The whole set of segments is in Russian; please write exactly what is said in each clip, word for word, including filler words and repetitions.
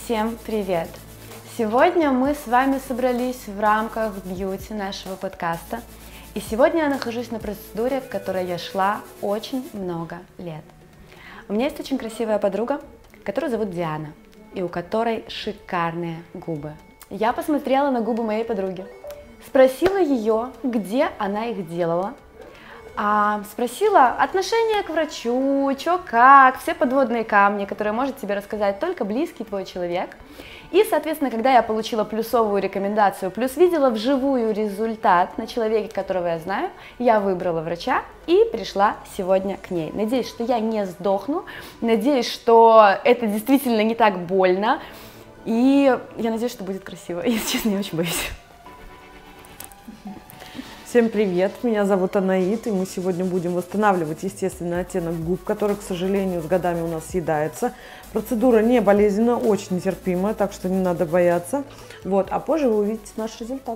Всем привет! Сегодня мы с вами собрались в рамках бьюти нашего подкаста. И сегодня я нахожусь на процедуре, к которой я шла очень много лет. У меня есть очень красивая подруга, которую зовут Диана, и у которой шикарные губы. Я посмотрела на губы моей подруги, спросила ее, где она их делала, а, спросила отношение к врачу, чё как, все подводные камни, которые может тебе рассказать только близкий твой человек. И, соответственно, когда я получила плюсовую рекомендацию, плюс видела вживую результат на человеке, которого я знаю, я выбрала врача и пришла сегодня к ней. Надеюсь, что я не сдохну, надеюсь, что это действительно не так больно, и я надеюсь, что будет красиво. Если честно, я очень боюсь. Всем привет, меня зовут Анаит, и мы сегодня будем восстанавливать естественный оттенок губ, который, к сожалению, с годами у нас съедается. Процедура не болезненная, очень нетерпимая, так что не надо бояться. Вот, а позже вы увидите наш результат.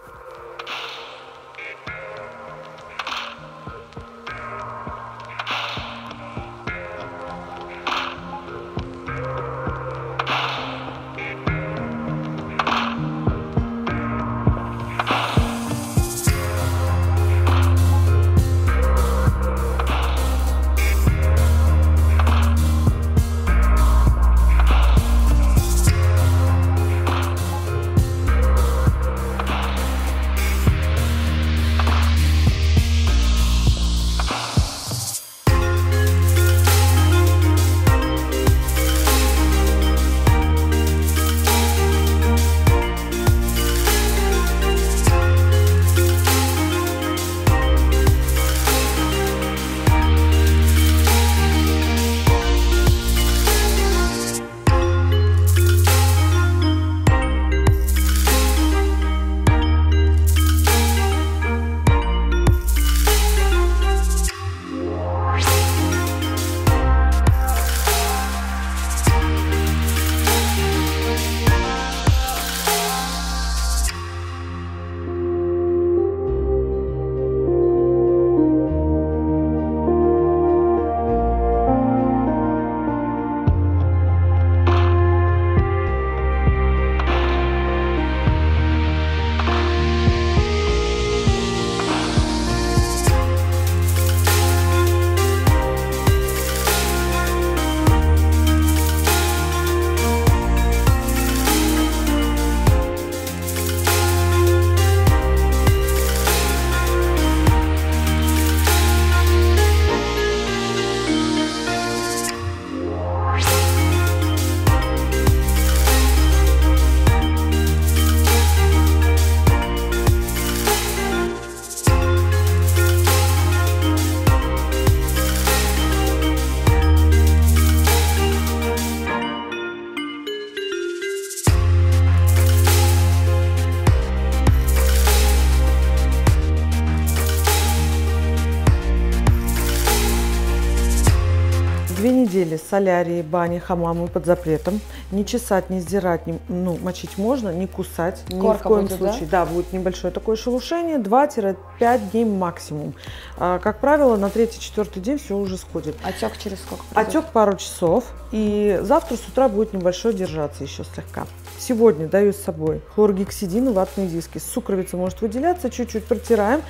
Две недели солярии, бани, хамамы под запретом. Не чесать, не сдирать, не, ну, мочить можно, не кусать. Ни в коем будет, случае. Да? Да, будет небольшое такое шелушение, два-пять дней максимум. А, как правило, на третий-четвертый день все уже сходит. Отек через сколько произойдет? Отек пару часов. И завтра с утра будет небольшой держаться еще слегка. Сегодня даю с собой хлоргексидин и ватные диски. Сукровица может выделяться, чуть-чуть протираем.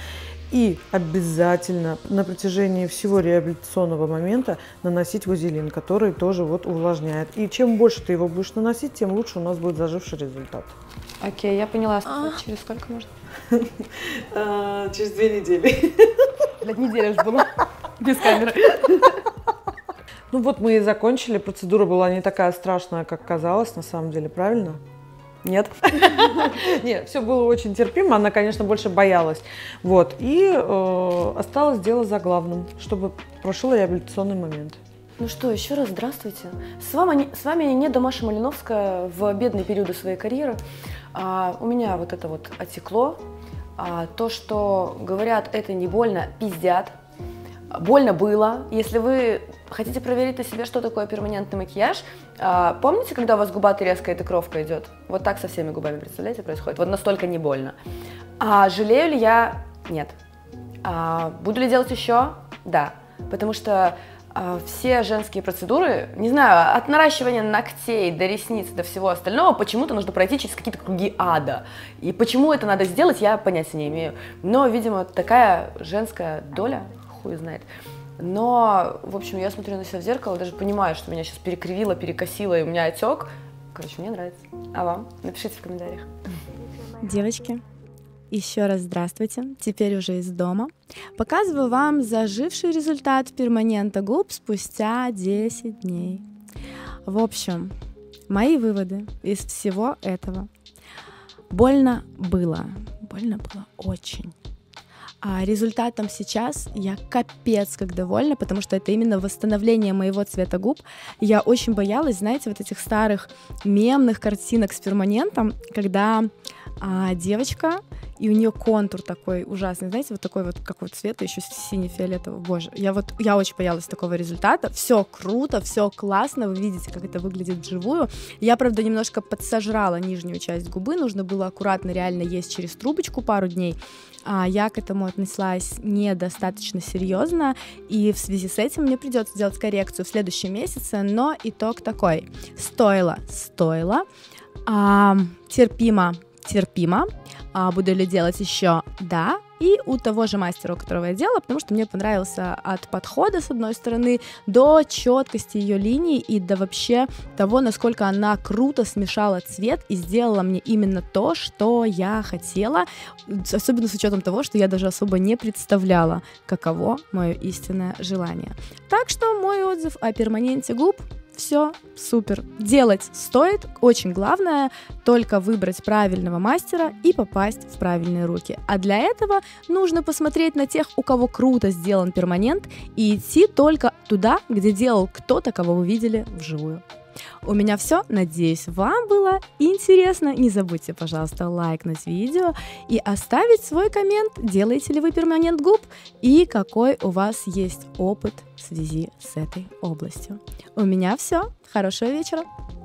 И обязательно на протяжении всего реабилитационного момента наносить вазелин, который тоже вот увлажняет. И чем больше ты его будешь наносить, тем лучше у нас будет заживший результат. Окей, я поняла. Через сколько можно? Через две недели. Неделя же была без камеры. Ну вот мы и закончили. Процедура была не такая страшная, как казалось, на самом деле, правильно? Нет. Нет, все было очень терпимо. Она, конечно, больше боялась. Вот. И э, осталось дело за главным, чтобы прошел реабилитационный момент. Ну что, еще раз здравствуйте. С вами, с вами Неда Маша Малиновская в бедные периоды своей карьеры. А, у меня вот это вот отекло. А, то, что говорят, это не больно, пиздят. Больно было. Если вы хотите проверить на себе, что такое перманентный макияж, а, помните, когда у вас губатая резкая эта кровка идет? Вот так со всеми губами, представляете, происходит. Вот настолько не больно. А жалею ли я? Нет. А, буду ли делать еще? Да. Потому что все женские процедуры, не знаю, от наращивания ногтей до ресниц, до всего остального, почему-то нужно пройти через какие-то круги ада. И почему это надо сделать, я понятия не имею. Но, видимо, такая женская доля, хуй знает. Но, в общем, я смотрю на себя в зеркало, даже понимаю, что меня сейчас перекривило, перекосило, и у меня отек. Короче, мне нравится. А вам? Напишите в комментариях. Девочки, еще раз здравствуйте, теперь уже из дома. Показываю вам заживший результат перманента губ спустя десять дней. В общем, мои выводы из всего этого. Больно было, больно было очень. А результатом сейчас я капец как довольна, потому что это именно восстановление моего цвета губ. Я очень боялась, знаете, вот этих старых мемных картинок с перманентом, когда а, девочка, и у нее контур такой ужасный, знаете, вот такой вот какой цвета, еще сине-фиолетовый. Боже, я вот, я очень боялась такого результата. Все круто, все классно, вы видите, как это выглядит вживую. Я, правда, немножко подсожрала нижнюю часть губы, нужно было аккуратно реально есть через трубочку пару дней. А я к этому отнеслась недостаточно серьезно, и в связи с этим мне придется делать коррекцию в следующем месяце, но итог такой: стоило, стоило, а, терпимо, терпимо, а, буду ли делать еще, да. И у того же мастера, у которого я делала, потому что мне понравился от подхода, с одной стороны, до четкости ее линий и до вообще того, насколько она круто смешала цвет и сделала мне именно то, что я хотела, особенно с учетом того, что я даже особо не представляла, каково мое истинное желание. Так что мой отзыв о перманенте губ: все супер. Делать стоит. Очень главное только выбрать правильного мастера и попасть в правильные руки. А для этого нужно посмотреть на тех, у кого круто сделан перманент, и идти только туда, где делал кто-то, кого вы видели вживую. У меня все. Надеюсь, вам было интересно. Не забудьте, пожалуйста, лайкнуть видео и оставить свой коммент. Делаете ли вы перманент губ и какой у вас есть опыт в связи с этой областью. У меня все. Хорошего вечера.